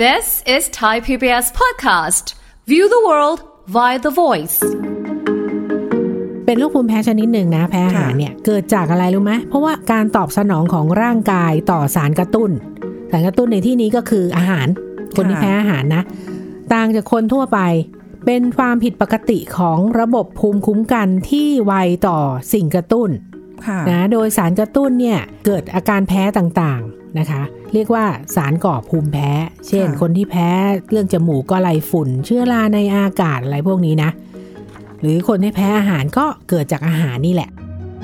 This is Thai PBS podcast. View the world via the voice. เป็นโรคภูมิแพ้ชนิดหนึ่งนะแพ้อาหารเนี่ยเกิดจากอะไรรู้ไหมเพราะว่าการตอบสนองของร่างกายต่อสารกระตุ้นในที่นี้ก็คืออาหารคนที่แพ้อาหารนะต่างจากคนทั่วไปเป็นความผิดปกติของระบบภูมิคุ้มกันที่ไวต่อสิ่งกระตุ้นนะโดยสารกระตุ้นเนี่ยเกิดอาการแพ้ต่างๆนะคะเรียกว่าสารก่อภูมิแพ้เช่นคนที่แพ้เรื่องจมูกก็ไล่ฝุ่นเชื้อราในอากาศอะไรพวกนี้นะหรือคนที่แพ้อาหารก็เกิดจากอาหารนี่แหละ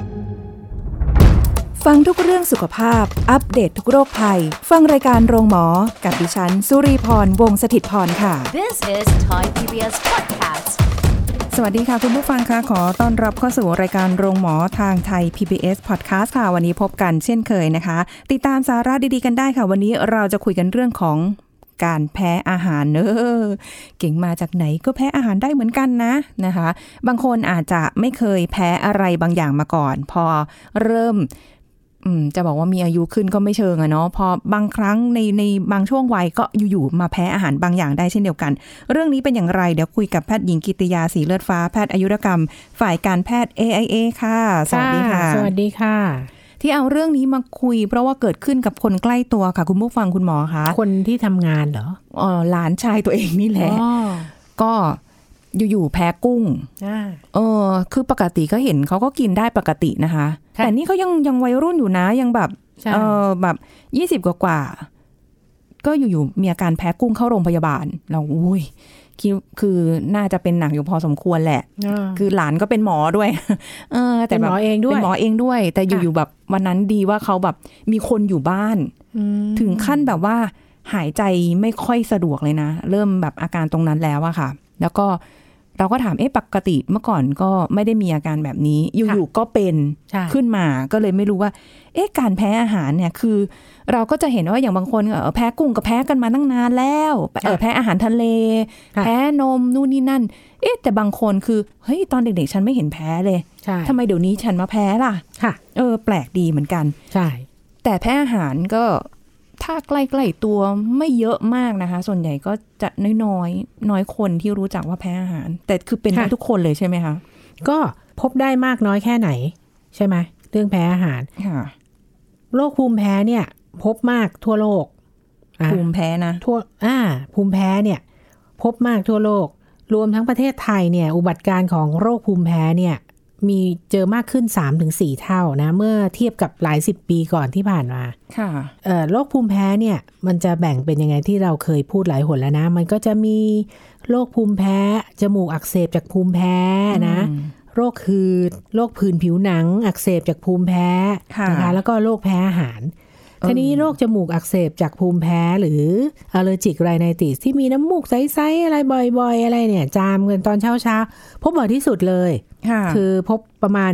ฟังทุกเรื่องสุขภาพอัปเดต ทุกโรคภัยฟังรายการโรงหมอกับดิฉันสุรีพรวงศ์สถิตย์พรค่ะ This is Thai PBS podcast. สวัสดีค่ะคุณผู้ฟังค่ะขอต้อนรับเข้าสู่รายการโรงหมอทางไทย PBS Podcast ค่ะวันนี้พบกันเช่นเคยนะคะติดตามสาระดีๆกันได้ค่ะวันนี้เราจะคุยกันเรื่องของการแพ้อาหารเก่งมาจากไหนก็แพ้อาหารได้เหมือนกันนะคะบางคนอาจจะไม่เคยแพ้อะไรบางอย่างมาก่อนพอเริ่มจะบอกว่ามีอายุขึ้นก็ไม่เชิงอะเนาะพอบางครั้งในบางช่วงวัยก็อยู่ๆมาแพ้อาหารบางอย่างได้เช่นเดียวกันเรื่องนี้เป็นอย่างไรเดี๋ยวคุยกับแพทย์หญิงกิติยาสีเลือดฟ้าแพทย์อายุรกรรมฝ่ายการแพทย์ AIA ค่ะสวัสดีค่ะสวัสดีค่ะที่เอาเรื่องนี้มาคุยเพราะว่าเกิดขึ้นกับคนใกล้ตัวค่ะคุณผู้ฟังคุณหมอคะคนที่ทำงานเหรอหลานชายตัวเองนี่แหละก็อยู่ๆแพ้กุ้งคือปกติก็เห็นเขาก็กินได้ปกตินะคะแต่นี่เขายังวัยรุ่นอยู่นะยังแบบแบบ20กว่าก็อยู่ๆมีอาการแพ้กุ้งเข้าโรงพยาบาลเราคือน่าจะเป็นหนักอยู่พอสมควรแหละคือหลานก็เป็นหมอด้วยแต่เป็นหมอเองด้วยเป็นหมอเองด้วยแต่อยู่ๆแบบวันนั้นดีว่าเขาแบบมีคนอยู่บ้านถึงขั้นแบบว่าหายใจไม่ค่อยสะดวกเลยนะเริ่มแบบอาการตรงนั้นแล้วอะค่ะแล้วก็เราก็ถามปกติเมื่อก่อนก็ไม่ได้มีอาการแบบนี้อยู่ๆก็เป็นขึ้นมาก็เลยไม่รู้ว่าการแพ้อาหารเนี่ยคือเราก็จะเห็นว่าอย่างบางคนแพ้กุ้งก็แพ้กันมาตั้งนานแล้วแพ้อาหารทะเลแพ้นมนู่นนี่นั่นแต่บางคนคือเฮ้ยตอนเด็กๆฉันไม่เห็นแพ้เลยทำไมเดี๋ยวนี้ฉันมาแพ้ล่ะแปลกดีเหมือนกันใช่แต่แพ้อาหารก็ถ้าใกล้ๆตัวไม่เยอะมากนะคะส่วนใหญ่ก็จะน้อยคนที่รู้จักว่าแพ้อาหารแต่คือเป็นได้ทุกคนเลยใช่ไหมคะก็พบได้มากน้อยแค่ไหนใช่ไหมเรื่องแพ้อาหารโรคภูมิแพ้เนี่ยพบมากทั่วโลกภูมิแพ้นะภูมิแพ้เนี่ยพบมากทั่วโลกรวมทั้งประเทศไทยเนี่ยอุบัติการของโรคภูมิแพ้เนี่ยมีเจอมากขึ้น 3-4 เท่านะเมื่อเทียบกับหลาย10ปีก่อนที่ผ่านมาค่ะโรคภูมิแพ้เนี่ยมันจะแบ่งเป็นยังไงที่เราเคยพูดหลายหนแล้วนะมันก็จะมีโรคภูมิแพ้จมูกอักเสบจากภูมิแพ้นะโรคหืดโรคผื่นผิวหนังอักเสบจากภูมิแพ้นะคะแล้วก็โรคแพ้อาหารทีนี้โรคจมูกอักเสบจากภูมิแพ้หรือ allergic rhinitis ที่มีน้ำมูกใสๆอะไรบ่อยๆอะไรเนี่ยจามกันตอนเช้าๆพบบ่อยที่สุดเลยคือพบประมาณ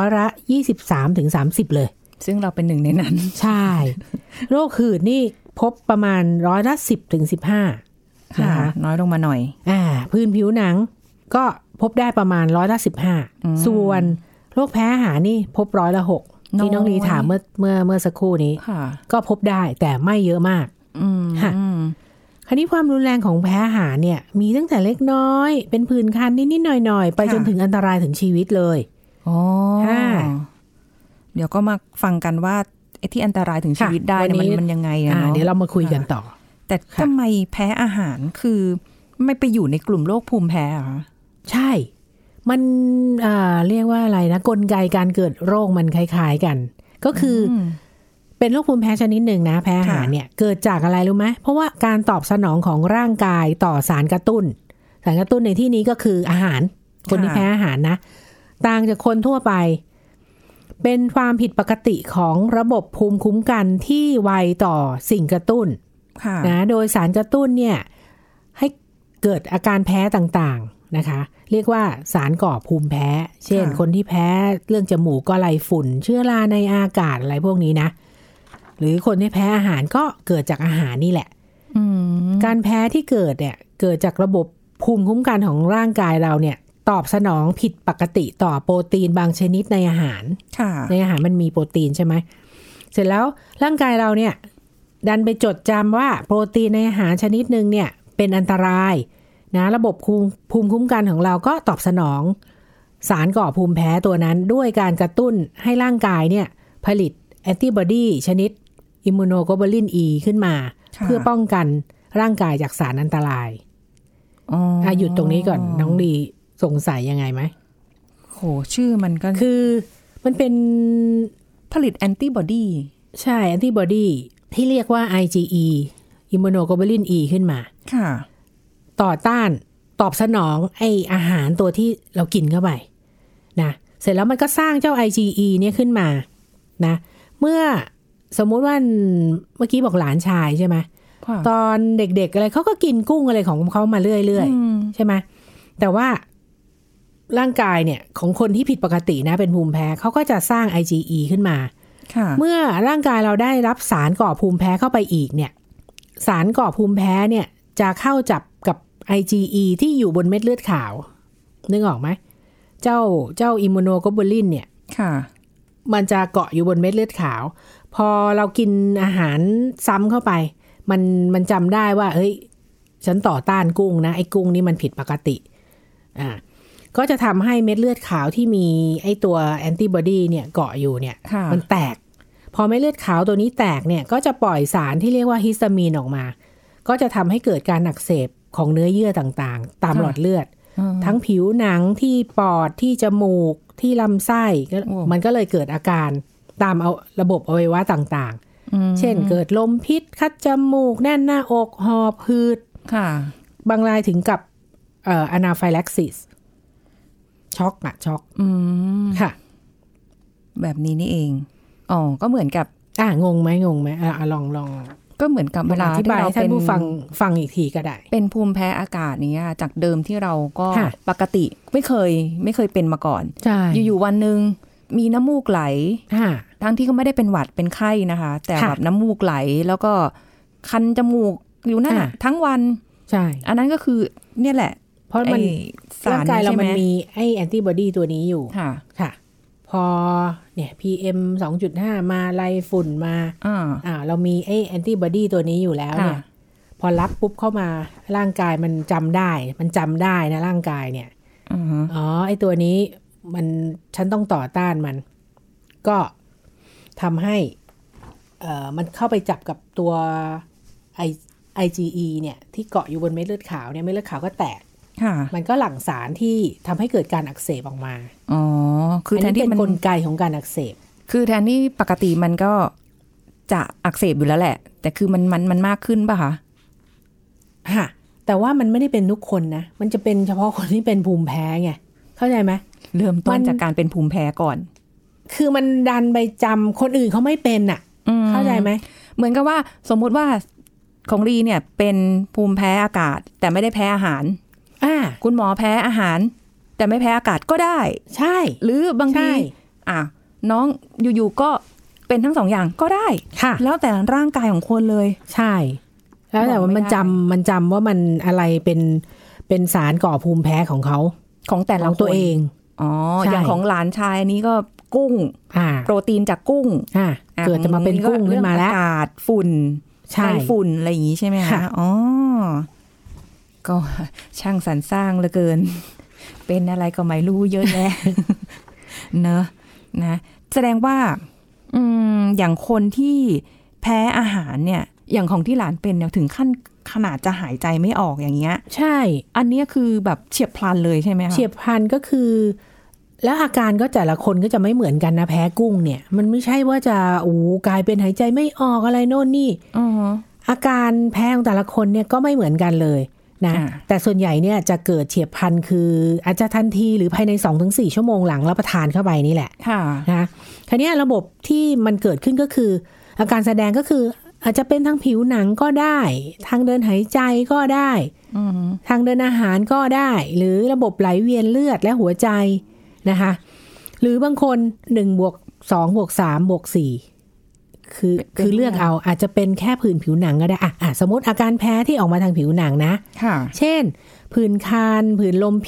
23-30%เลยซึ่งเราเป็นหนึ่งในนั้นใช่โรคหืดนี่พบประมาณ10-15% นะคะน้อยลงมาหน่อยผื่นผิวหนังก็พบได้ประมาณ15%ส่วนโรคแพ้อาหารนี่พบ6%ที่น้องลีถามเมื่อสักครู่นี้ก็พบได้แต่ไม่เยอะมากค่ะคราวนี้ความรุนแรงของแพ้อาหารเนี่ยมีตั้งแต่เล็กน้อยเป็นผื่นคันนิดๆหน่อยๆไปจนถึงอันตรายถึงชีวิตเลยเดี๋ยวก็มาฟังกันว่าที่อันตรายถึงชีวิตได้มันยังไงเนาะเดี๋ยวเรามาคุยกันต่อแต่ทำไมแพ้อาหารคือไม่ไปอยู่ในกลุ่มโรคภูมิแพ้อะใช่มันเรียกว่าอะไรนะกลไกการเกิดโรคมันคล้ายๆกันก็คือเป็นโรคภูมิแพ้ชนิดหนึ่งนะแพ้อาหารเนี่ยเกิดจากอะไรรู้ไหมเพราะว่าการตอบสนองของร่างกายต่อสารกระตุ้นในที่นี้ก็คืออาหารคนที่แพ้อาหารนะต่างจากคนทั่วไปเป็นความผิดปกติของระบบภูมิคุ้มกันที่ไวต่อสิ่งกระตุ้นนะโดยสารกระตุ้นเนี่ยให้เกิดอาการแพ้ต่างๆนะคะเรียกว่าสารก่อภูมิแพ้เช่นคนที่แพ้เรื่องจมูกก็ไล่ฝุ่นเชื้อราในอากาศอะไรพวกนี้นะหรือคนที่แพ้อาหารก็เกิดจากอาหารนี่แหละการแพ้ที่เกิดเนี่ยเกิดจากระบบภูมิคุ้มกันของร่างกายเราเนี่ยตอบสนองผิดปกติต่อโปรตีนบางชนิดในอาหารในอาหารมันมีโปรตีนใช่ไหมเสร็จแล้วร่างกายเราเนี่ยดันไปจดจำว่าโปรตีนในอาหารชนิดหนึ่งเนี่ยเป็นอันตรายนะระบบภูมิคุ้มกันของเราก็ตอบสนองสารก่อภูมิแพ้ตัวนั้นด้วยการกระตุ้นให้ร่างกายเนี่ยผลิตแอนติบอดีชนิดอิมมูโนโกลบูลิน E ขึ้นมาเพื่อป้องกันร่างกายจากสารอันตรายหยุดตรงนี้ก่อนน้องดีสงสัยยังไงไหมโหชื่อมันก็คือมันเป็นผลิตแอนติบอดีใช่แอนติบอดีที่เรียกว่า IgE อิมมูโนโกลบูลิน E ขึ้นมาค่ะต่อต้านตอบสนองไออาหารตัวที่เรากินเข้าไปนะเสร็จแล้วมันก็สร้างเจ้า IgE เนี่ยขึ้นมานะเมื่อสมมุติว่าเมื่อกี้บอกหลานชายใช่ไหมตอนเด็กๆอะไรเขาก็กินกุ้งอะไรของเขามาเรื่อยๆใช่ไหมแต่ว่าร่างกายเนี่ยของคนที่ผิดปกตินะเป็นภูมิแพ้เขาก็จะสร้าง IgE ขึ้นมาเมื่อร่างกายเราได้รับสารก่อภูมิแพ้เข้าไปอีกเนี่ยสารก่อภูมิแพ้เนี่ยจะเข้าจับกับ IgE ที่อยู่บนเม็ดเลือดขาวนึกออกไหมเจ้าอิมมูโนโกลบูลินเนี่ยมันจะเกาะอยู่บนเม็ดเลือดขาวพอเรากินอาหารซ้ำเข้าไปมันจำได้ว่าเฮ้ยฉันต่อต้านกุ้งนะไอ้กุ้งนี่มันผิดปกติก็จะทำให้เม็ดเลือดขาวที่มีไอ้ตัวแอนติบอดีเนี่ยเกาะอยู่เนี่ยมันแตกพอเม็ดเลือดขาวตัวนี้แตกเนี่ยก็จะปล่อยสารที่เรียกว่าฮิสตามีนออกมาก็จะทำให้เกิดการอักเสบของเนื้อเยื่อต่างๆตามหลอดเลือดทั้งผิวหนังที่ปอดที่จมูกที่ลำไส้มันก็เลยเกิดอาการตามเอาระบบอวัยวะต่างๆเช่นเกิดลมพิษคัดจมูกแน่นหน้าอกหอบหืดบางรายถึงกับอะนาไฟแล็กซิสช็อกช็อกค่ะแบบนี้นี่เองอ๋อก็เหมือนกับงงไหมลองก็เหมือนกับเวลาที่เราท่านผู้ฟังอีกทีก็ได้เป็นภูมิแพ้อากาศนี้จากเดิมที่เราก็ปกติไม่เคยเป็นมาก่อนอยู่ๆวันนึงมีน้ำมูกไหลทั้งที่ก็ไม่ได้เป็นหวัดเป็นไข้นะคะแต่แบบน้ำมูกไหลแล้วก็คันจมูกอยู่นั่นทั้งวันใช่อันนั้นก็คือเนี่ยแหละเพราะมันร่างกายเรามันมีไอ้แอนติบอดีตัวนี้อยู่ค่ะพอเนี่ย PM 2.5 มาไล่ฝุ่นมาเรามีไอ้แอนติบอดีตัวนี้อยู่แล้วเนี่ยพอรับปุ๊บเข้ามาร่างกายมันจำได้นะร่างกายเนี่ยไอ้ตัวนี้ฉันต้องต่อต้านมันก็ทำให้มันเข้าไปจับกับตัวIgE เนี่ยที่เกาะอยู่บนเม็ดเลือดขาวเนี่ยเม็ดเลือดขาวก็แตกมันก็หลั่งสารที่ทำให้เกิดการอักเสบออกมาคือแทนที่เป็นกลไกของการอักเสบคือแทนที่ปกติมันก็จะอักเสบอยู่แล้วแหละแต่คือมันมากขึ้นป่ะคะแต่ว่ามันไม่ได้เป็นทุกคนนะมันจะเป็นเฉพาะคนที่เป็นภูมิแพ้ไงเข้าใจไหมเริ่มต้นจากการเป็นภูมิแพ้ก่อนคือมันดันไปจำคนอื่นเขาไม่เป็นอ่ะเข้าใจไหมเหมือนกับว่าสมมุติว่าของรีเนี่ยเป็นภูมิแพ้อากาศแต่ไม่ได้แพ้อาหารคุณหมอแพ้อาหารแต่ไม่แพ้อากาศก็ได้ใช่หรือบางทีน้องอยู่ๆก็เป็นทั้งสองอย่างก็ได้แล้วแต่ร่างกายของคนเลยใช่แล้วแต่ว่ามันจำว่ามันอะไรเป็นสารก่อภูมิแพ้ของเขาของแต่ละตัวเองอย่างของหลานชายนี้ก็กุ้งโปรตีนจากกุ้งเกิดจะมาเป็นกุ้งขึ้นมาแล้วอากาศฝุ่นใช่ฝุ่นอะไรอย่างนี้ใช่ไหมคะก็ช่างสรรสร้างเหลือเกินเป็นอะไรก็ไม่รู้เยอะแยะเนอะนะแสดงว่าอย่างคนที่แพ้อาหารเนี่ยอย่างของที่หลานเป็นเนี่ยถึงขั้นขนาดจะหายใจไม่ออกอย่างเงี้ยใช่อันนี้คือแบบเฉียบพลันเลยใช่ไหมคะเฉียบพลันก็คือแล้วอาการก็แต่ละคนก็จะไม่เหมือนกันนะแพ้กุ้งเนี่ยมันไม่ใช่ว่าจะกลายเป็นหายใจไม่ออกอะไรโน่นนี่อาการแพ้ของแต่ละคนเนี่ยก็ไม่เหมือนกันเลยนะแต่ส่วนใหญ่เนี่ยจะเกิดเฉียบพลันคืออาจจะทันทีหรือภายใน 2-4 ชั่วโมงหลังรับประทานเข้าไปนี่แหละนะคราวนี้ระบบที่มันเกิดขึ้นก็คืออาการแสดงก็คืออาจจะเป็นทางผิวหนังก็ได้ทางเดินหายใจก็ได้ทางเดินอาหารก็ได้หรือระบบไหลเวียนเลือดและหัวใจนะคะหรือบางคน1+2+3+4คือเลือกเอาอาจจะเป็นแค่ผื่นผิวหนังก็ได้สมมติอาการแพ้ที่ออกมาทางผิวหนังนะเช่นผื่นคันผื่นลมพิษ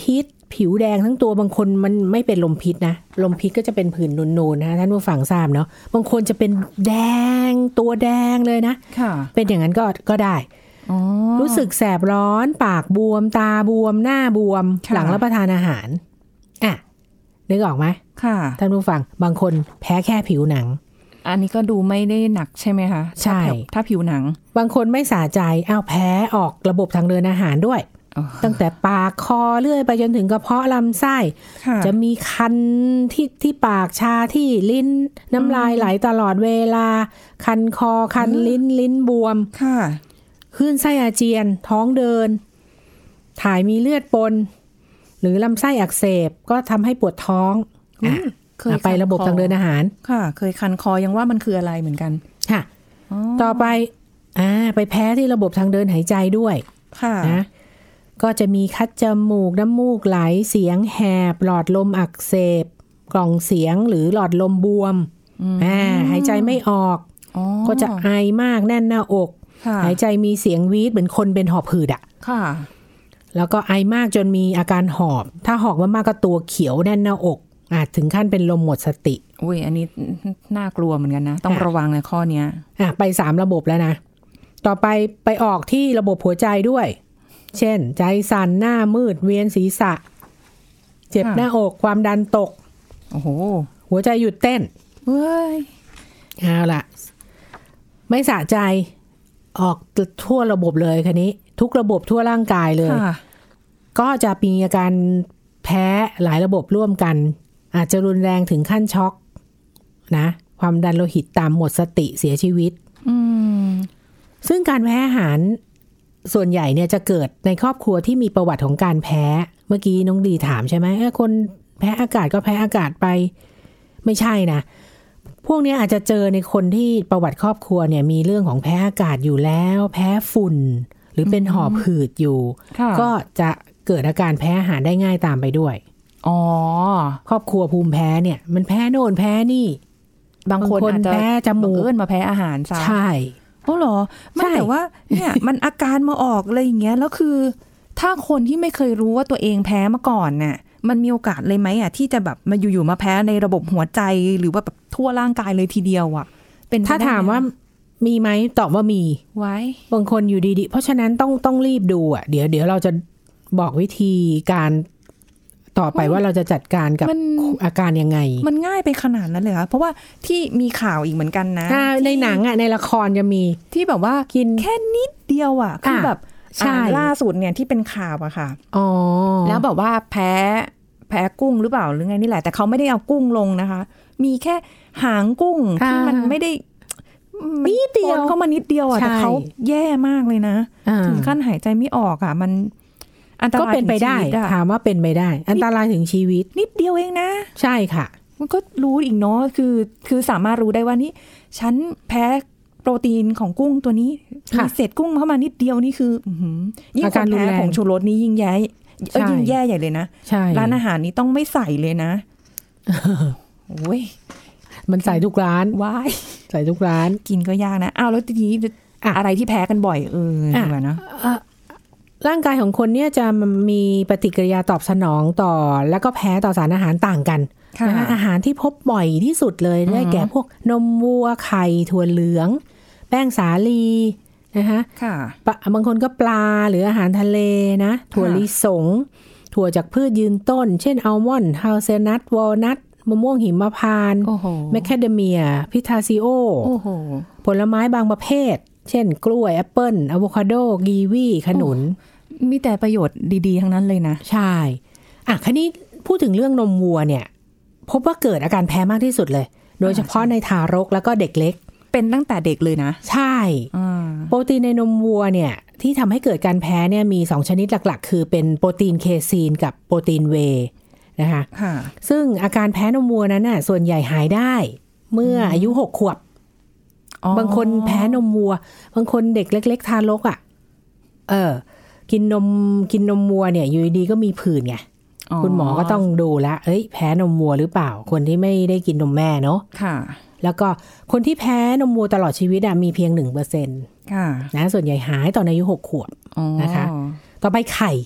ผิวแดงทั้งตัวบางคนมันไม่เป็นลมพิษนะลมพิษก็จะเป็นผื่นนูนๆนะท่านผู้ฟังทราบเนาะบางคนจะเป็นแดงตัวแดงเลยนะเป็นอย่างนั้นก็ได้รู้สึกแสบร้อนปากบวมตาบวมหน้าบวมหลังรับประทานอาหารนึกออกไหมท่านผู้ฟังบางคนแพ้แค่ผิวหนังอันนี้ก็ดูไม่ได้หนักใช่ไหมคะใช่ถ้าผิวหนังบางคนไม่สะใจแพ้ออกระบบทางเดินอาหารด้วยตั้งแต่ปากคอเลื่อยไปจนถึงกระเพาะลำไส้จะมีคันที่ปากชาที่ลิ้นน้ำลายไหลตลอดเวลาคันคอคันลิ้นบวมคลื่นไส้อาเจียนท้องเดินถ่ายมีเลือดปนหรือลำไส้อักเสบก็ทำให้ปวดท้องเคยไประบบทางเดินอาหารค่ะเคยคันคอยังว่ามันคืออะไรเหมือนกันค่ะต่อไปไปแพ้ที่ระบบทางเดินหายใจด้วยนะก็จะมีคัดจมูกน้ำมูกไหลเสียงแหบหลอดลมอักเสบกล่องเสียงหรือหลอดลมบวมหายใจไม่ออกก็จะไอมากแน่นหน้าอกหายใจมีเสียงวีดเหมือนคนเป็นหอบหืดแล้วก็ไอมากจนมีอาการหอบถ้าหอบมากๆก็ตัวเขียวแน่นหน้าอกอาจถึงขั้นเป็นลมหมดสติอุ้ยอันนี้น่ากลัวเหมือนกันนะต้องระวังในข้อนี้ไป3ระบบแล้วนะต่อไปออกที่ระบบหัวใจด้วยเช่นใจสั่นหน้ามืดเวียนศีรษะเจ็บหน้าอกความดันตกโอ้โหหัวใจหยุดเต้นเว้ยเอาล่ะไม่สะใจออกทั่วระบบเลยคันนี้ทุกระบบทั่วร่างกายเลยก็จะมีอาการแพ้หลายระบบร่วมกันอาจจะรุนแรงถึงขั้นช็อกนะความดันโลหิตต่ำหมดสติเสียชีวิตซึ่งการแพ้อาหารส่วนใหญ่เนี่ยจะเกิดในครอบครัวที่มีประวัติของการแพ้เมื่อกี้น้องดีถามใช่ไหมคนแพ้อากาศก็แพ้อากาศไปไม่ใช่นะพวกนี้อาจจะเจอในคนที่ประวัติครอบครัวเนี่ยมีเรื่องของแพ้อากาศอยู่แล้วแพ้ฝุ่นหรือเป็นหอบหืดอยู่ก็จะเกิดอาการแพ้อาหารได้ง่ายตามไปด้วยครอบครัวภูมิแพ้เนี่ยมันแพ้โน่นแพ้นี่บางคนอาจจะแพ้จมูกมาแพ้อาหารใช่โอ้เหรอไม่แต่ว่าเนี่ยมันอาการมาออกอะไรอย่างเงี้ยแล้วคือถ้าคนที่ไม่เคยรู้ว่าตัวเองแพ้มาก่อนเนี่ยมันมีโอกาสเลยไหมที่จะแบบมาอยู่ๆมาแพ้ในระบบหัวใจหรือว่าแบบทั่วร่างกายเลยทีเดียวเป็นถ้าถามว่ามีไหมตอบว่ามีไว้บางคนอยู่ดีๆเพราะฉะนั้นต้องรีบดูเดี๋ยวเราจะบอกวิธีการต่อไปว่าเราจะจัดการกับอาการยังไงมันง่ายไปขนาดนั้นเลยคะเพราะว่าที่มีข่าวอีกเหมือนกันนะในหนังในละครจะมีที่แบบว่ากินแค่นิดเดียวคือแบบล่าสุดเนี่ยที่เป็นข่าวค่ะแล้วแบบว่าแพ้กุ้งหรือเปล่าหรือไงนี่แหละแต่เขาไม่ได้เอากุ้งลงนะคะมีแค่หางกุ้งที่มันไม่ได้นิดเดียวเข้ามานิดเดียวแต่เขาแย่มากเลยนะถึงขั้นหายใจไม่ออกมันอันตรายก็เป็นไปได้ถามว่าเป็นไปได้อันตรายถึงชีวิตนิดเดียวเองนะใช่ค่ะมันก็รู้อีกเนาะคือสามารถรู้ได้ว่านี่ฉันแพ้โปรตีนของกุ้งตัวนี้มีเศษกุ้งเข้ามานิดเดียวนี่คือยิ่งคนแพ้ผงชูรสนี้ยิ่งแย่ยิ่งแย่ใหญ่เลยนะร้านอาหารนี้ต้องไม่ใส่เลยนะโอ้ยมันใส่ทุกร้านว้ายใส่ทุกร้านกินก็ยากนะแล้วทีนี้อะไรที่แพ้กันบ่อยนะร่างกายของคนเนี่ยจะมีปฏิกิริยาตอบสนองต่อแล้วก็แพ้ต่อสารอาหารต่างกันอาหารที่พบบ่อยที่สุดเลยได้แก่พวกนมวัวไข่ถั่วเหลืองแป้งสาลีนะคะบางคนก็ปลาหรืออาหารทะเลนะถั่วลิสงถั่วจากพืชยืนต้นเช่นอัลมอนด์ฮาเซลนัทวอลนัทมะม่วงหิมพานต์แมคคาเดเมียพิทาซิโอผลไม้บางประเภทเช่นกล้วยแอปเปิ้ลอะโวคาโดกีวีขนุนมีแต่ประโยชน์ดีๆทั้งนั้นเลยนะใช่คราวนี้พูดถึงเรื่องนมวัวเนี่ยพบว่าเกิดอาการแพ้มากที่สุดเลยโดยเฉพาะในทารกแล้วก็เด็กเล็กเป็นตั้งแต่เด็กเลยนะใช่โปรตีนในนมวัวเนี่ยที่ทำให้เกิดการแพ้เนี่ยมี2ชนิดหลักๆคือเป็นโปรตีนเคซีนกับโปรตีนเวย์นะคะซึ่งอาการแพ้นมวัวนั้นน่ะส่วนใหญ่หายได้เมื่ออายุ6 ขวบบางคนแพ้นมวัวบางคนเด็กเล็กๆทารกกินนมวัวเนี่ยอยู่ดีๆก็มีผื่นไงคุณหมอก็ต้องดูละแพ้นมวัวหรือเปล่าคนที่ไม่ได้กินนมแม่เนาะแล้วก็คนที่แพ้นมวัวตลอดชีวิตมีเพียง 1% นะส่วนใหญ่หายตอนอายุ6 ขวบนะคะต่อไปไข่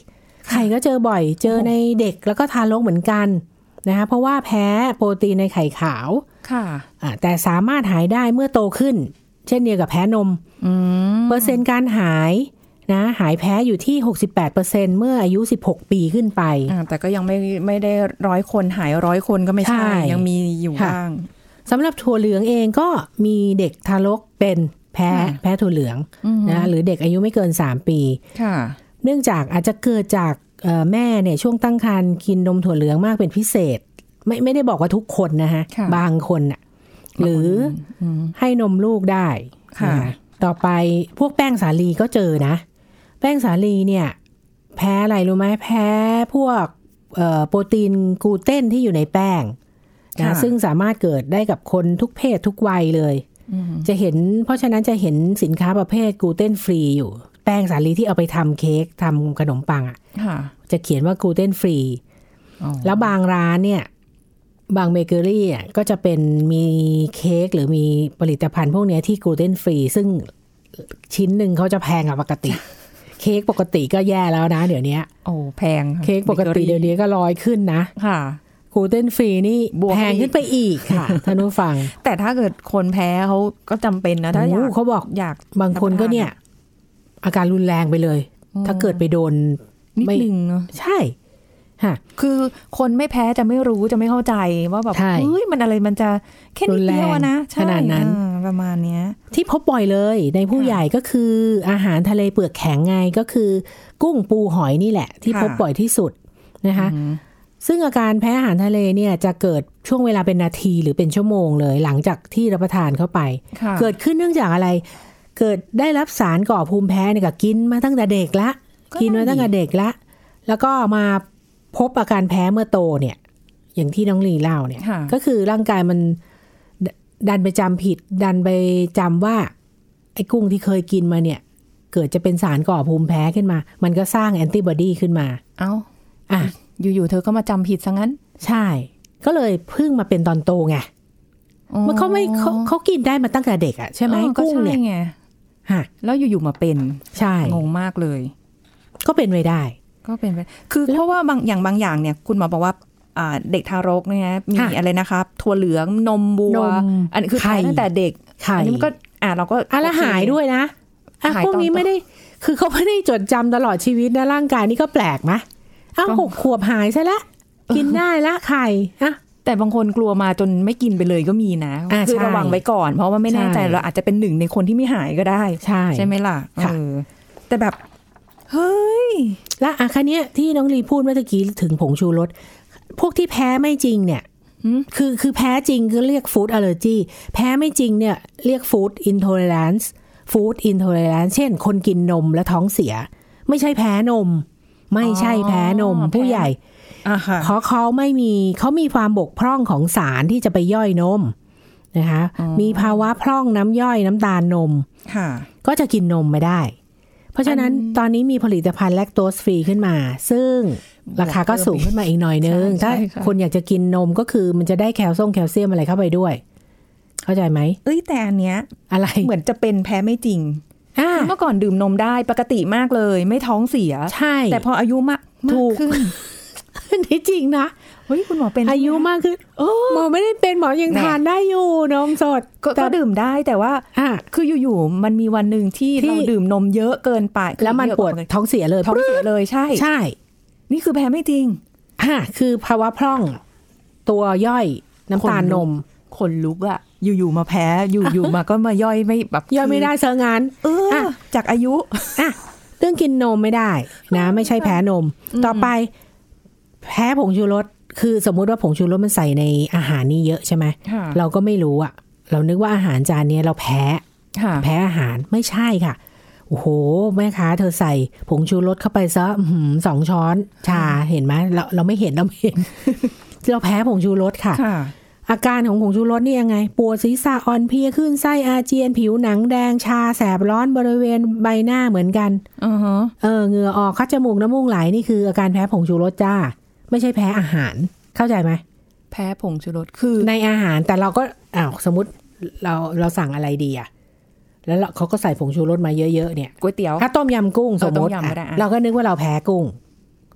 ไข่ก็เจอบ่อยเจอในเด็กแล้วก็ทารกเหมือนกันนะคะเพราะว่าแพ้โปรตีนในไข่ขาวค่ะแต่สามารถหายได้เมื่อโตขึ้นเช่นเดียวกับแพ้นมเปอร์เซ็นต์การหายนะหายแพ้อยู่ที่ 68% เมื่ออายุ16ปีขึ้นไปแต่ก็ยังไม่ได้100คนหาย100คนก็ไม่ใช่ยังมีอยู่บ้างสำหรับถั่วเหลืองเองก็มีเด็กทารกเป็นแพ้ถั่วเหลืองนะหรือเด็กอายุไม่เกิน3ปีเนื่องจากอาจจะเกิดจากแม่เนี่ยช่วงตั้งครรภ์กินนมถั่วเหลืองมากเป็นพิเศษไม่ได้บอกว่าทุกคนนะฮะบางคนน่ะหรือให้นมลูกได้ต่อไปพวกแป้งสาลีก็เจอนะแป้งสาลีเนี่ยแพ้อะไรรู้ไหมแพ้พวกโปรตีนกลูเตนที่อยู่ในแป้งนะซึ่งสามารถเกิดได้กับคนทุกเพศทุกวัยเลยจะเห็นเพราะฉะนั้นจะเห็นสินค้าประเภทกลูเตนฟรีอยู่แป้งสาลีที่เอาไปทำเค้กทำขนมปังอ่ะจะเขียนว่ากลูเตนฟรีแล้วบางร้านเนี่ยบางเบเกอรี่อ่ะก็จะเป็นมีเค้กหรือมีผลิตภัณฑ์พวกนี้ที่กลูเตนฟรีซึ่งชิ้นหนึ่งเขาจะแพงกว่าปกติเค้กปกติก็แย่แล้วนะเดี๋ยวนี้โอ้แพงเค้กปกติเดี๋ยวนี้ก็100ขึ้นนะค่ะกลูเตนฟรีนี่แพงขึ้นไปอีกค่ะท่านผู้ฟังแต่ถ้าเกิดคนแพ้เขาก็จำเป็นนะถ้าเขาบอกอยากบางคนก็เนี่ยอาการรุนแรงไปเลยถ้าเกิดไปโดนนิดนึงใช่ค่ะคือคนไม่แพ้จะไม่รู้จะไม่เข้าใจว่าแบบเฮ้ยมันอะไรมันจะแค่นิดเดียวนะขนาดนั้นประมาณเนี้ยที่พบบ่อยเลยในผู้ใหญ่ก็คืออาหารทะเลเปลือกแข็งไงก็คือกุ้งปูหอยนี่แหละที่พบบ่อยที่สุดนะคะซึ่งอาการแพ้อาหารทะเลเนี่ยจะเกิดช่วงเวลาเป็นนาทีหรือเป็นชั่วโมงเลยหลังจากที่รับประทานเข้าไปเกิดขึ้นเนื่องจากอะไรเกิดได้รับสารก่อภูมิแพ้เนี่ยก็กินมาตั้งแต่เด็กละกินมาตั้งแต่เด็กละแล้วก็มาพบอาการแพ้เมื่อโตเนี่ยอย่างที่น้องลีเล่าเนี่ยก็คือร่างกายมันดันไปจำผิดดันไปจำว่าไอ้กุ้งที่เคยกินมาเนี่ยเกิดจะเป็นสารก่อภูมิแพ้ขึ้นมามันก็สร้างแอนติบอดีขึ้นมาอยู่ๆเธอก็มาจำผิดซะงั้นใช่ก็เลยเพิ่งมาเป็นตอนโตไงเมื่อเขากินได้มาตั้งแต่เด็กอ่ะใช่ไหมกุ้งเนี่ยแล้วอยู่ๆมาเป็นใช่งงมากเลยก็เป็นไปได้ก็เป็นไปคือเพราะว่าบางอย่างเนี่ยคุณหมอบอกว่าเด็กทารกเนี่ยมีอะไรนะครับถั่วเหลืองนมวัวอันนี้คือไข่ตั้งแต่เด็กอันนี้มันก็เราก็แล้วหายด้วยนะพวกนี้ไม่ได้คือเขาไม่ได้จดจำตลอดชีวิตนะร่างกายนี่ก็แปลกไหม6 ขวบหายซะละกินได้ละไข่แต่บางคนกลัวมาจนไม่กินไปเลยก็มีนะคือระวังไว้ก่อนเพราะว่าไม่แน่ใจเราอาจจะเป็นหนึ่งในคนที่ไม่หายก็ได้ใช่ไหมล่ะแต่แบบเฮ้ยแล้วคันนี้ที่น้องลีพูดเมื่อกี้ถึงผงชูรสพวกที่แพ้ไม่จริงเนี่ยคือแพ้จริงก็เรียกฟู้ดอัลเลอร์จีแพ้ไม่จริงเนี่ยเรียกฟู้ดอินโทเลรันซ์เช่นคนกินนมและท้องเสียไม่ใช่แพ้นมไม่ใช่แพ้นมผู้ใหญ่เพราะเขามีความบกพร่องของสารที่จะไปย่อยนมนะคะมีภาวะพร่องน้ำย่อยน้ำตาลนมก็จะกินนมไม่ได้เพราะฉะนั้นตอนนี้มีผลิตภัณฑ์แลคโตสฟรีขึ้นมาซึ่งราคาก็สูงขึ้นมาอีกหน่อยนึงถ้าคนอยากจะกินนมก็คือมันจะได้แคลเซียมอะไรเข้าไปด้วยเข้าใจไหมแต่อันเนี้ยอะไรเหมือนจะเป็นแพ้ไม่จริงเมื่อก่อนดื่มนมได้ปกติมากเลยไม่ท้องเสียใช่แต่พออายุมากขึ้นนี่จริงนะเฮ้ยคุณหมอเป็นอายุมากขึ้นหมอไม่ได้เป็นหมอยังทานได้อยู่นมสดก็ดื่มได้แต่ว่าคืออยู่ๆมันมีวันหนึ่งที่เราดื่มนมเยอะเกินไปแล้วมันปวดท้องเสียเลยใช่ใช่นี่คือแพ้ไม่จริงคือภาวะพร่องตัวย่อยน้ำตาลนมคนลุกอะอยู่ๆมาแพ้อยู่ๆมาก็มาย่อยไม่แบบย่อยไม่ได้เซอร์งานจากอายุเรื่องกินนมไม่ได้นะไม่ใช่แพ้นมต่อไปแพ้ผงชูรสคือสมมุติว่าผงชูรสมันใส่ในอาหารนี่เยอะใช่ไหมเราก็ไม่รู้อะเรานึกว่าอาหารจานนี้เราแพ้อาหารไม่ใช่ค่ะโอ้โหแม่ค้าเธอใส่ผงชูรสเข้าไปซะ2 ช้อนชาเห็นไหมเราไม่เห็นเราแพ้ผงชูรสค่ะอาการของผงชูรสนี่ยังไงปวดศีรษะอ่อนเพลียขึ้นไส้อาเจียนผิวหนังแดงชาแสบร้อนบริเวณใบหน้าเหมือนกันเหงื่อออกคัดจมูกน้ำมูกไหลนี่คืออาการแพ้ผงชูรสจ้าไม่ใช่แพ้อาหารเข้าใจไหมแพ้ผงชูรสคือในอาหารแต่เราก็สมมติเราสั่งอะไรดีอะแล้วเขาก็ใส่ผงชูรสมาเยอะๆเนี่ยก๋วยเตี๋ยวถ้าต้มยำกุ้งสมมติเราก็นึกว่าเราแพ้กุ้ง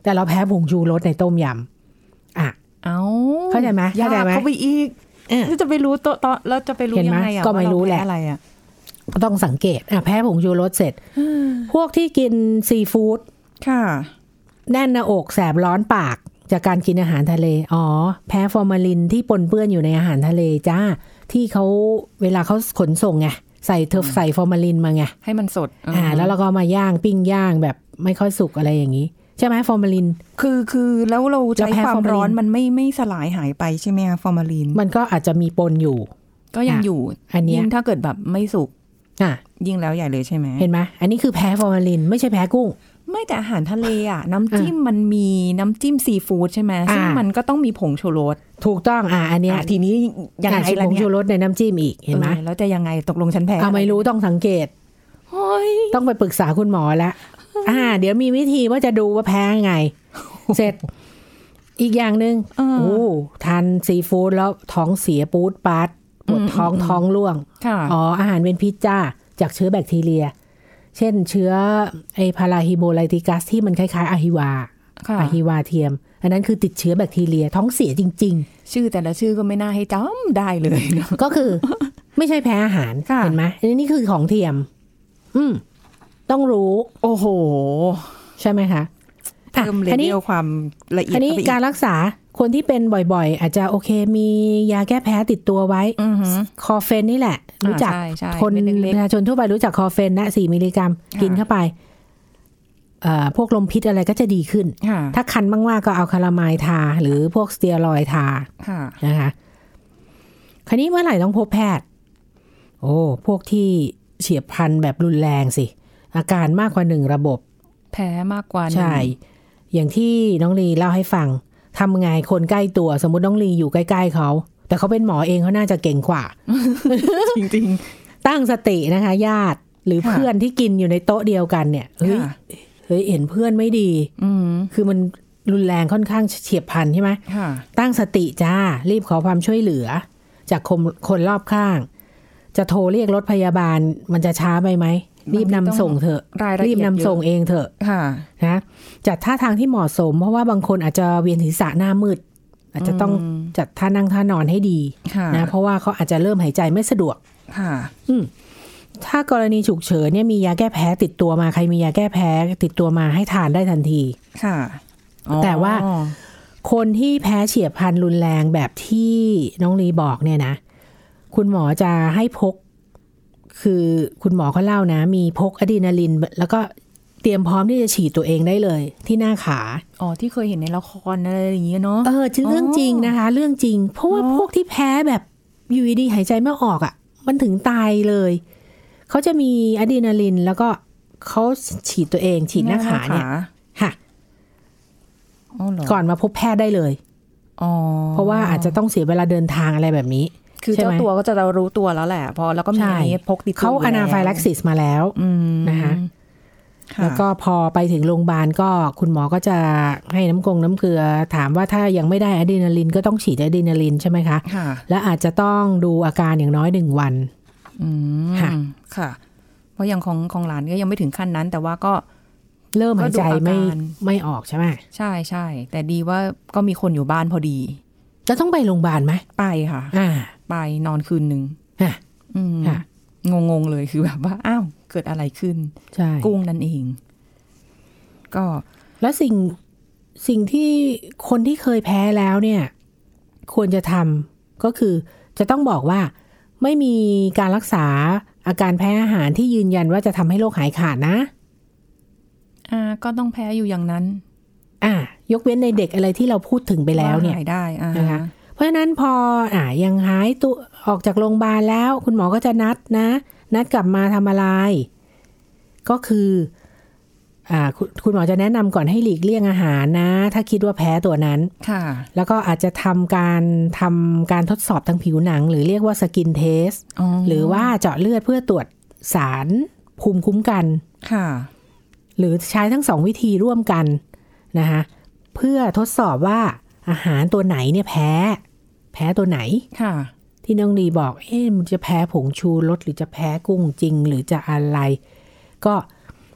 แต่เราแพ้ผงชูรสในต้มยำเข้าใจไหมยากเข้าไปอีกจะไปรู้ต่อแล้วจะไปรู้ยังไงก็ไม่รู้แหละอะไรก็ต้องสังเกตแพ้ผงชูรสเสร็จพวกที่กินซีฟู้ดค่ะแน่นหน้าอกแสบร้อนปากจากการกินอาหารทะเลแพ้ฟอร์มาลินที่ปนเปื้อนอยู่ในอาหารทะเลจ้าที่เขาเวลาเขาขนส่งไงใส่ฟอร์มาลินมาไงให้มันสดแล้วเราก็มาย่างปิ้งย่างแบบไม่ค่อยสุกอะไรอย่างนี้ใช่ไหมฟอร์มาลินคือแล้วเราใช้ความร้อนมันไม่สลายหายไปใช่ไหมฟอร์มาลินมันก็อาจจะมีปนอยู่ก็ยังอยู่อันนี้ถ้าเกิดแบบไม่สุกยิ่งแล้วใหญ่เลยใช่ไหมเห็นไหมอันนี้คือแพ้ฟอร์มาลินไม่ใช่แพ้กุ้งไม่แต่อาหารทะเลน้ำจิ้มมันมีน้ำจิ้มซีฟู้ดใช่ไหมซึ่งมันก็ต้องมีผงชูรสถูกต้องอันนี้ทีนี้ยังไงผงชูรสในน้ำจิ้มอีกเห็นไหมแล้วจะยังไงตกลงฉันแพ้ไม่รู้ต้องสังเกตต้องไปปรึกษาคุณหมอแล้วเดี๋ยวมีวิธีว่าจะดูว่าแพ้ไงเสร็จอีกอย่างนึงทานซีฟู้ดแล้วท้องเสียปูดปาดปวดท้องร่วงอาหารเป็นพิษจ้าจากเชื้อแบคทีเรียเช่นเชื้อไอพาราฮิโมไลติกัสที่มันคล้ายๆอะฮิวาเทียมอันนั้นคือติดเชื้อแบคทีเรียท้องเสียจริงๆชื่อแต่ละชื่อก็ไม่น่าให้จำได้เลยก็คือไม่ใช่แพ้อาหารเห็นไหมอันนี้คือของเทียมต้องรู้โอ้โหใช่ไหมคะเพิ่มเลเวลความละเอียดอันนี้การรักษาคนที่เป็นบ่อยๆอาจจะโอเคมียาแก้แพ้ติดตัวไว้คอเฟนนี่แหละรู้จักคนประชาชนทั่วไปรู้จักคอเฟนนะ4 มิลลิกรัมกินเข้าไปพวกลมพิษอะไรก็จะดีขึ้นถ้าคันมากๆก็เอาคาลาไมด์ทาหรือพวกสเตียรอยด์ทานะคะคราวนี้เมื่อไหร่ต้องพบแพทย์พวกที่เฉียบพลันแบบรุนแรงสิอาการมากกว่า1ระบบแพ้มากกว่าใช่อย่างที่น้องลีเล่าให้ฟังทำไงคนใกล้ตัวสมมุติน้องลีอยู่ใกล้ๆเขาแต่เขาเป็นหมอเองเขาน่าจะเก่งกว่าจริงๆตั้งสตินะคะญาติหรือเพื่อนที่กินอยู่ในโต๊ะเดียวกันเนี่ยเฮ้ยเห็นเพื่อนไม่ดีคือมันรุนแรงค่อนข้างเฉียบพลันใช่ไหมตั้งสติจ้ารีบขอความช่วยเหลือจากคนรอบข้างจะโทรเรียกรถพยาบาลมันจะช้าไปไหมรีบนำส่งเถอะรีบนำส่งเองเถอะนะจัดท่าทางที่เหมาะสมเพราะว่าบางคนอาจจะเวียนศีรษะหน้ามืดอาจจะต้องจัดท่านั่งท่านอนให้ดีนะเพราะว่าเขาอาจจะเริ่มหายใจไม่สะดวกถ้ากรณีฉุกเฉินเนี่ยมียาแก้แพ้ติดตัวมาใครมียาแก้แพ้ติดตัวมาให้ทานได้ทันทีแต่ว่าคนที่แพ้เฉียบพลันรุนแรงแบบที่น้องลีบอกเนี่ยนะคุณหมอจะให้พกคือคุณหมอเขาเล่านะมีพกอะดรีนาลินแล้วก็เตรียมพร้อมที่จะฉีดตัวเองได้เลยที่หน้าขาที่เคยเห็นในละครอะไรอย่างเงี้ยเนาะเรื่องจริงนะคะเรื่องจริงเพราะว่าพวกที่แพ้แบบอยู่ดีหายใจไม่ออกมันถึงตายเลยเขาจะมีอะดรีนาลินแล้วก็เขาฉีดตัวเองฉีดหน้าขาเนี่ยค่ะก่อนมาพบแพทย์ได้เลยเพราะว่าอาจจะต้องเสียเวลาเดินทางอะไรแบบนี้คือเจ้าตัวก็จะรู้ตัวแล้วแหละพอแล้วก็มีอันนี้พกติดตัวเขาอนาไฟแล็กซิสมาแล้วนะคะแล้วก็พอไปถึงโรงพยาบาลก็คุณหมอก็จะให้น้ำเกลือถามว่าถ้ายังไม่ได้อะดรีนาลินก็ต้องฉีดอะดรีนาลินใช่ไหมคะและอาจจะต้องดูอาการอย่างน้อย1 วันค่ะเพราะอย่างของหลานก็ยังไม่ถึงขั้นนั้นแต่ว่าก็เริ่มหายใจไม่ออกใช่ไหมใช่ใช่แต่ดีว่าก็มีคนอยู่บ้านพอดีจะต้องไปโรงพยาบาลไหมไปค่ะไปนอนคืนนึงงงเลยคือแบบว่าอ้าวเกิดอะไรขึ้นกุ้งนั่นเองก็แล้วสิ่งที่คนที่เคยแพ้แล้วเนี่ยควรจะทำก็คือจะต้องบอกว่าไม่มีการรักษาอาการแพ้อาหารที่ยืนยันว่าจะทำให้โรคหายขาดนะก็ต้องแพ้อยู่อย่างนั้นยกเว้นในเด็กอะไรที่เราพูดถึงไปแล้วเนี่ยได้นะคะเพราะฉะนั้นพอยังหายตัวออกจากโรงพยาบาลแล้วคุณหมอก็จะนัดกลับมาทำอะไรก็คือคุณหมอจะแนะนำก่อนให้หลีกเลี่ยงอาหารนะถ้าคิดว่าแพ้ตัวนั้นแล้วก็อาจจะทำการทดสอบทางผิวหนังหรือเรียกว่าสกินเทสหรือว่าเจาะเลือดเพื่อตรวจสารภูมิคุ้มกันหรือใช้ทั้ง2 วิธีร่วมกันนะคะเพื่อทดสอบว่าอาหารตัวไหนเนี่ยแพ้ตัวไหนที่น้องดีบอกมันจะแพ้ผงชูรสหรือจะแพ้กุ้งจริงหรือจะอะไรก็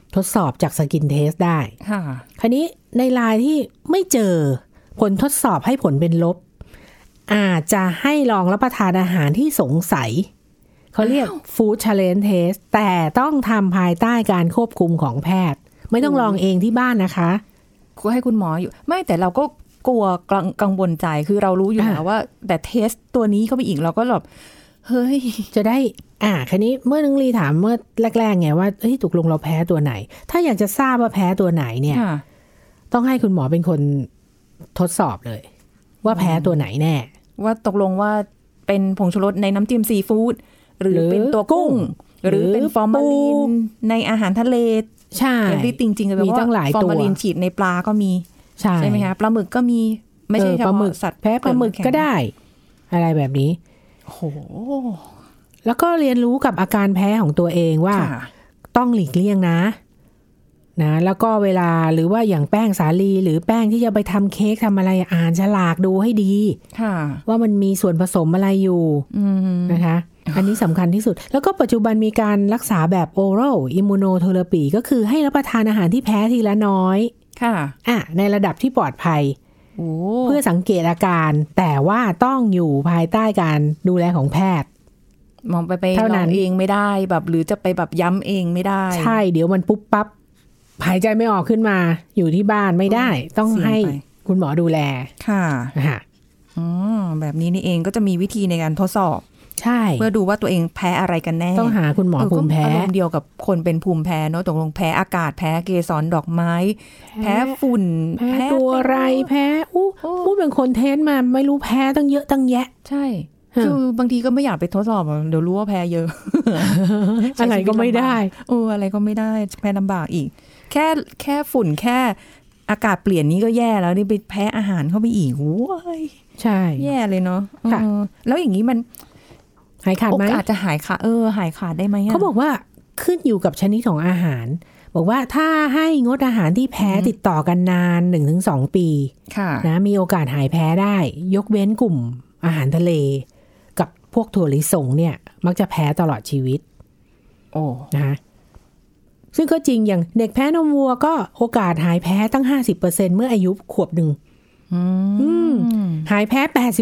ทดสอบจากสกินเทสได้ค่ะคราวนี้ในรายที่ไม่เจอผลทดสอบให้ผลเป็นลบอาจจะให้ลองรับประทานอาหารที่สงสัยเขาเรียก Food Challenge Test แต่ต้องทำภายใต้การควบคุมของแพทย์ไม่ต้องลองเองที่บ้านนะคะก็ให้คุณหมออยู่ไม่แต่เราก็กลัวกังวลใจคือเรารู้อยู่แล้วว่าแต่เทสตัวนี้เข้าไปอีกเราก็แบบเฮ้ยจะได้คราวนี้เมื่อน้องลีถามเมื่อแรกๆไงว่าเฮ้ยตกลงเราแพ้ตัวไหนถ้าอยากจะทราบว่าแพ้ตัวไหนเนี่ยต้องให้คุณหมอเป็นคนทดสอบเลยว่าแพ้ตัวไหนแน่ว่าตกลงว่าเป็นผงชูรสในน้ำจิ้มซีฟู้ดหรือเป็นตัวกุ้งหรือเป็นฟอร์มาลีนในอาหารทะเลใช่จริงๆเลยว่าฟอร์มาลีนฉีดในปลาก็มีใช่ไหมคะปลาหมึกก็มีไม่ใช่เฉพาะสัตว์แพ้ปลาหมึกก็ได้อะไรแบบนี้โหแล้วก็เรียนรู้กับอาการแพ้ของตัวเองว่าต้องหลีกเลี่ยงนะแล้วก็เวลาหรือว่าอย่างแป้งสาลีหรือแป้งที่จะไปทำเค้กทำอะไรอ่านฉลากดูให้ดีว่ามันมีส่วนผสมอะไรอยู่นะคะอันนี้สำคัญที่สุดแล้วก็ปัจจุบันมีการรักษาแบบ oral immunotherapy ก็คือให้รับประทานอาหารที่แพ้ทีละน้อยในระดับที่ปลอดภัยเพื่อสังเกตอาการแต่ว่าต้องอยู่ภายใต้การดูแลของแพทย์มองไปเท่านั้นเองไม่ได้แบบหรือจะไปแบบย้ำเองไม่ได้ใช่เดี๋ยวมันปุ๊บปั๊บหายใจไม่ออกขึ้นมาอยู่ที่บ้านไม่ได้ต้องให้คุณหมอดูแลค่ะแบบนี้นี่เองก็จะมีวิธีในการทดสอบใช่เพื่อดูว่าตัวเองแพ้อะไรกันแน่ต้องหาคุณหมอภูมิแพ้อารมณ์เดียวกับคนเป็นภูมิแพ้เนาะตกลงแพ้อากาศแพ้เกสรดอกไม้แพ้ฝุ่นแพ้ตัวอะไรแพ้ผู้เป็นคนเทสมาไม่รู้แพ้ตั้งเยอะตั้งแยะใช่คือบางทีก็ไม่อยากไปทดสอบเดี๋ยวรู้ว่าแพ้เยอะอะไรก็ไม่ได้อะไรก็ไม่ได้แพ้ลำบากอีกแค่ฝุ่นแค่อากาศเปลี่ยนนี้ก็แย่แล้วนี่ไปแพ้อาหารเข้าไปอีกโอ้ยใช่แย่เลยเนาะแล้วอย่างนี้มันหายขาดไหมอาจจะหายขาดหายขาดได้ไหมเขาบอกว่าขึ้นอยู่กับชนิดของอาหารบอกว่าถ้าให้งดอาหารที่แพ้ติดต่อกันนาน 1-2 ปีนะมีโอกาสหายแพ้ได้ยกเว้นกลุ่มอาหารทะเลกับพวกถั่วลิสงเนี่ยมักจะแพ้ตลอดชีวิตนะคะซึ่งก็จริงอย่างเด็กแพ้นมวัวก็โอกาสหายแพ้ตั้ง 50% เมื่ออายุขวบหนึ่งหายแพ้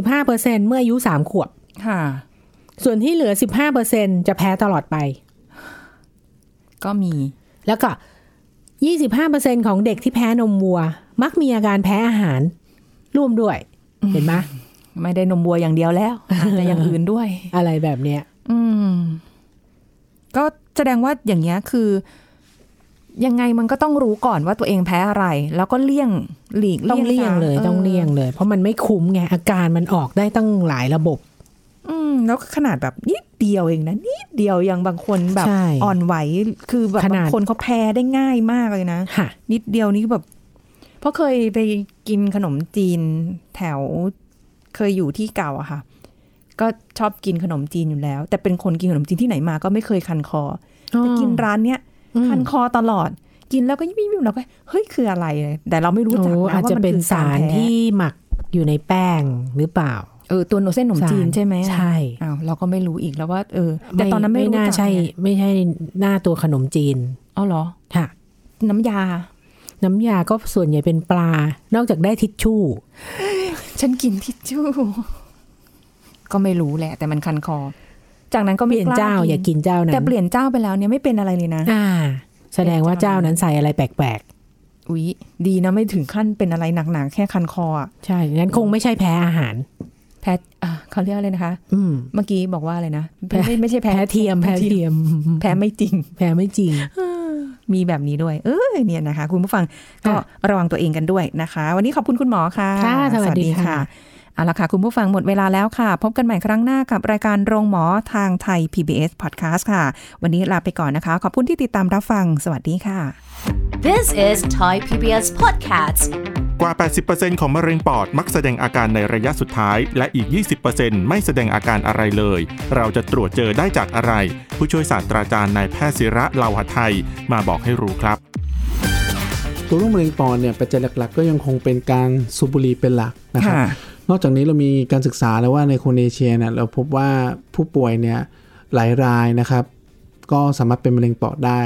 85% เมื่ออายุ3 ขวบส่วนที่เหลือ 15% จะแพ้ตลอดไปก็มีแล้วก็ 25% ของเด็กที่แพ้นมวัวมักมีอาการแพ้อาหารร่วมด้วยเห็นไหมไม่ได้นมวัวอย่างเดียวแล้วแต่อย่างอื่นด้วยอะไรแบบเนี้ยก็แสดงว่าอย่างเงี้ยคือยังไงมันก็ต้องรู้ก่อนว่าตัวเองแพ้อะไรแล้วก็หลีกต้องเลี่ยงเลยต้องเลี่ยงเลยเพราะมันไม่คุ้มไงอาการมันออกได้ตั้งหลายระบบแล้วขนาดแบบนิดเดียวเองนะนิดเดียวยังบางคนแบบอ่อนไหวคือแบบบางคนเขาแพ้ได้ง่ายมากเลยนะนิดเดียวนี้แบบเพราะเคยไปกินขนมจีนแถวเคยอยู่ที่เก่าอะค่ะก็ชอบกินขนมจีนอยู่แล้วแต่เป็นคนกินขนมจีนที่ไหนมาก็ไม่เคยคันคอแต่กินร้านเนี้ยคันคอตลอดกินแล้วก็ยิ่งเราก็เฮ้ยคืออะไรแต่เราไม่รู้จักอาจจะเป็นสารที่หมักอยู่ในแป้งหรือเปล่าตัวเส้นขนมจีนใช่ไหมใช่เราก็ไม่รู้อีกแล้วว่าแต่ตอนนั้นไม่น่าใช่ไม่ใช่หน้าตัวขนมจีนเหรอค่ะน้ำยาก็ส่วนใหญ่เป็นปลานอกจากได้ทิชชู่ฉันกินทิชชู่ก็ไม่รู้แหละแต่มันคันคอจากนั้นก็เปลี่ยนเจ้าอย่ากินเจ้านั้นแต่เปลี่ยนเจ้าไปแล้วเนี่ยไม่เป็นอะไรเลยนะแสดงว่าเจ้านั้นใส่อะไรแปลกๆอุ๊ยดีนะไม่ถึงขั้นเป็นอะไรหนักๆแค่คันคอใช่งั้นคงไม่ใช่แพ้อาหารแพ้เขาเรียกอะไรนะคะเมื่อกี้บอกว่าอะไรนะไม่ใช่แพ้เทียมแพ้ไม่จริงแพ้ไม่จริงมีแบบนี้ด้วยเนี่ยนะคะคุณผู้ฟังก็ระวังตัวเองกันด้วยนะคะวันนี้ขอบคุณคุณหมอค่ะสวัสดีค่ะเอาละค่ะคุณผู้ฟังหมดเวลาแล้วค่ะพบกันใหม่ครั้งหน้ากับรายการโรงหมอทางไทย PBS Podcast ค่ะวันนี้ลาไปก่อนนะคะขอบคุณที่ติดตามรับฟังสวัสดีค่ะ This is Thai PBS Podcast กว่า 80% ของมะเร็งปอดมักแสดงอาการในระยะสุดท้ายและอีก 20% ไม่แสดงอาการอะไรเลยเราจะตรวจเจอได้จากอะไรผู้ช่วยศาสตราจารย์นายแพทย์ศิระเลาหะไทยมาบอกให้รู้ครับตัวโรคมะเร็งปอดเนี่ยปัจจัยหลักๆก็ยังคงเป็นการสูบบุหรี่เป็นหลักนะครับนอกจากนี้เรามีการศึกษาแล้วว่าในคนเอเชียเนี่ยเราพบว่าผู้ป่วยเนี่ยหลายรายนะครับก็สามารถเป็นมะเร็งปอดได้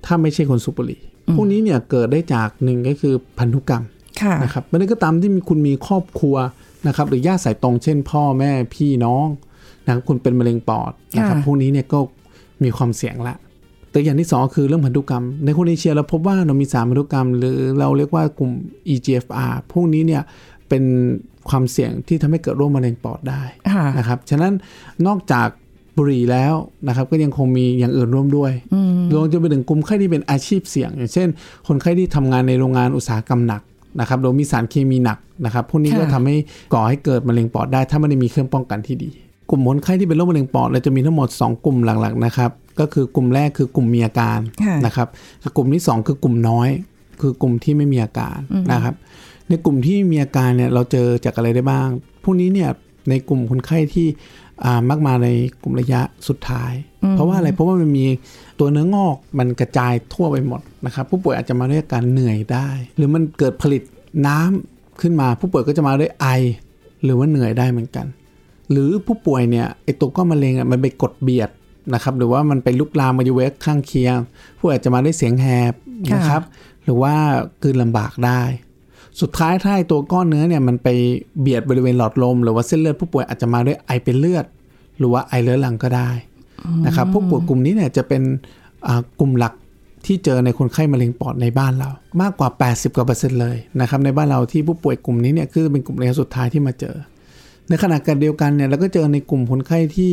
ถ้าไม่ใช่คนสูบบุหรี่พวกนี้เนี่ยเกิดได้จากหนึ่งก็คือพันธุกรรมนะครับเมื่อนั้นก็ตามที่คุณมีครอบครัวนะครับหรือญาติสายตรงเช่นพ่อแม่พี่น้องนะคุณเป็นมะเร็งปอดนะครับพวกนี้เนี่ยก็มีความเสี่ยงละตัวอย่างที่2คือเรื่องพันธุกรรมในคนเอเชียเราพบว่าเรามี3พันธุกรรมหรือเราเรียกว่ากลุ่ม EGFR พวกนี้เนี่ยเป็นความเสี่ยงที่ทำให้เกิดโรคมะเร็งปอดได้นะครับฉะนั้นนอกจากบุหรี่แล้วนะครับก็ยังคงมีอย่างอื่นร่วมด้วยรวมจนไปถึงกลุ่มไข้ที่เป็นอาชีพเสี่ยงอย่างเช่นคนไข้ที่ทำงานในโรงงานอุตสาหกรรมหนักนะครับหรือมีสารเคมีหนักนะครับพวกนี้ก็ทำให้ก่อให้เกิดมะเร็งปอดได้ถ้าไม่ได้มีเครื่องป้องกันที่ดีกลุ่มคนไข้ที่เป็นโรคมะเร็งปอดเราจะมีทั้งหมด2กลุ่มหลักๆนะครับก็คือกลุ่มแรกคือกลุ่มมีอาการนะครับกลุ่มที่2คือกลุ่มน้อยคือกลุ่มที่ไม่มีอาการนะครับในกลุ่มที่มีอาการเนี่ยเราเจอจากอะไรได้บ้างพวกนี้เนี่ยในกลุ่มคนไข้ที่มักมาในกลุ่มระยะสุดท้ายเพราะว่าอะไรเพราะว่ามันมีตัวเนื้องอกมันกระจายทั่วไปหมดนะครับผู้ป่วยอาจจะมาด้วยอาการเหนื่อยได้หรือมันเกิดผลิตน้ำขึ้นมาผู้ป่วยก็จะมาด้วยไอหรือว่าเหนื่อยได้เหมือนกันหรือผู้ป่วยเนี่ยไอตัวก้อนมะเร็งมันไปกดเบียดนะครับหรือว่ามันไปลุกลามมาอยู่เวกข้างเคียงผู้ป่วยอาจจะมาด้วยเสียงแหบนะครับหรือว่ากลืนลำบากได้สุดท้ายถ้าตัวก้อนเนื้อเนี่ยมันไปเบียดบริเวณหลอดลมหรือว่าเส้นเลือดผู้ป่วยอาจจะมาด้วยไอเป็นเลือดหรือว่าไอเรื้อรังก็ได้นะครับผู้ป่วยกลุ่มนี้เนี่ยจะเป็นกลุ่มหลักที่เจอในคนไข้มะเร็งปอดในบ้านเรามากกว่า 80% เลยนะครับในบ้านเราที่ผู้ป่วยกลุ่มนี้เนี่ยคือเป็นกลุ่มระยะสุดท้ายที่มาเจอในขณะเดียวกันเนี่ยเราก็เจอในกลุ่มคนไข้ที่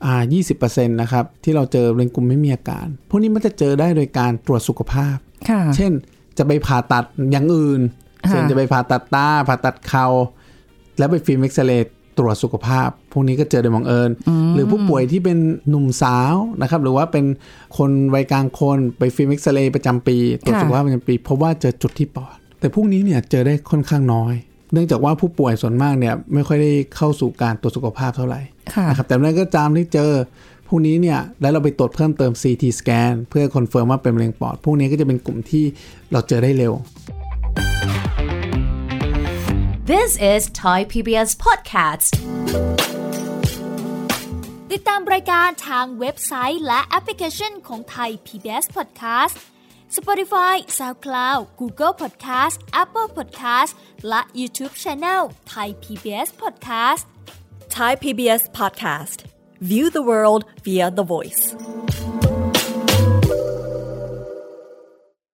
20% นะครับที่เราเจอเป็นกลุ่มไม่มีอาการพวกนี้มันจะเจอได้โดยการตรวจสุขภาพเช่นจะไปผ่าตัดอย่างอื่นเช่นจะไปผ่าตัดตาผ่าตัดเข่าแล้วไปฟิล์มเอ็กซเรย์ตรวจสุขภาพพวกนี้ก็เจอโดยบังเอิญหรือผู้ป่วยที่เป็นหนุ่มสาวนะครับหรือว่าเป็นคนวัยกลางคนไปฟิล์มเอ็กซเรย์ประจำปีตรวจสุขภาพประจำปีเพราะว่าเจอจุดที่ปอดแต่พวกนี้เนี่ยเจอได้ค่อนข้างน้อยเนื่องจากว่าผู้ป่วยส่วนมากเนี่ยไม่ค่อยได้เข้าสู่การตรวจสุขภาพเท่าไหร่นะครับแต่เมื่อก็ตามที่เจอพวกนี้เนี่ยแล้วเราไปตรวจเพิ่มเติม CT สแกนเพื่อคอนเฟิร์มว่าเป็นมะเร็งปอดพวกนี้ก็จะเป็นกลุ่มที่เราเจอได้เร็ว This is Thai PBS Podcast ติดตามรายการทางเว็บไซต์และแอปพลิเคชันของ Thai PBS Podcast Spotify SoundCloud Google Podcast Apple Podcast และ YouTube Channel Thai PBS Podcast Thai PBS Podcast View the world via the voice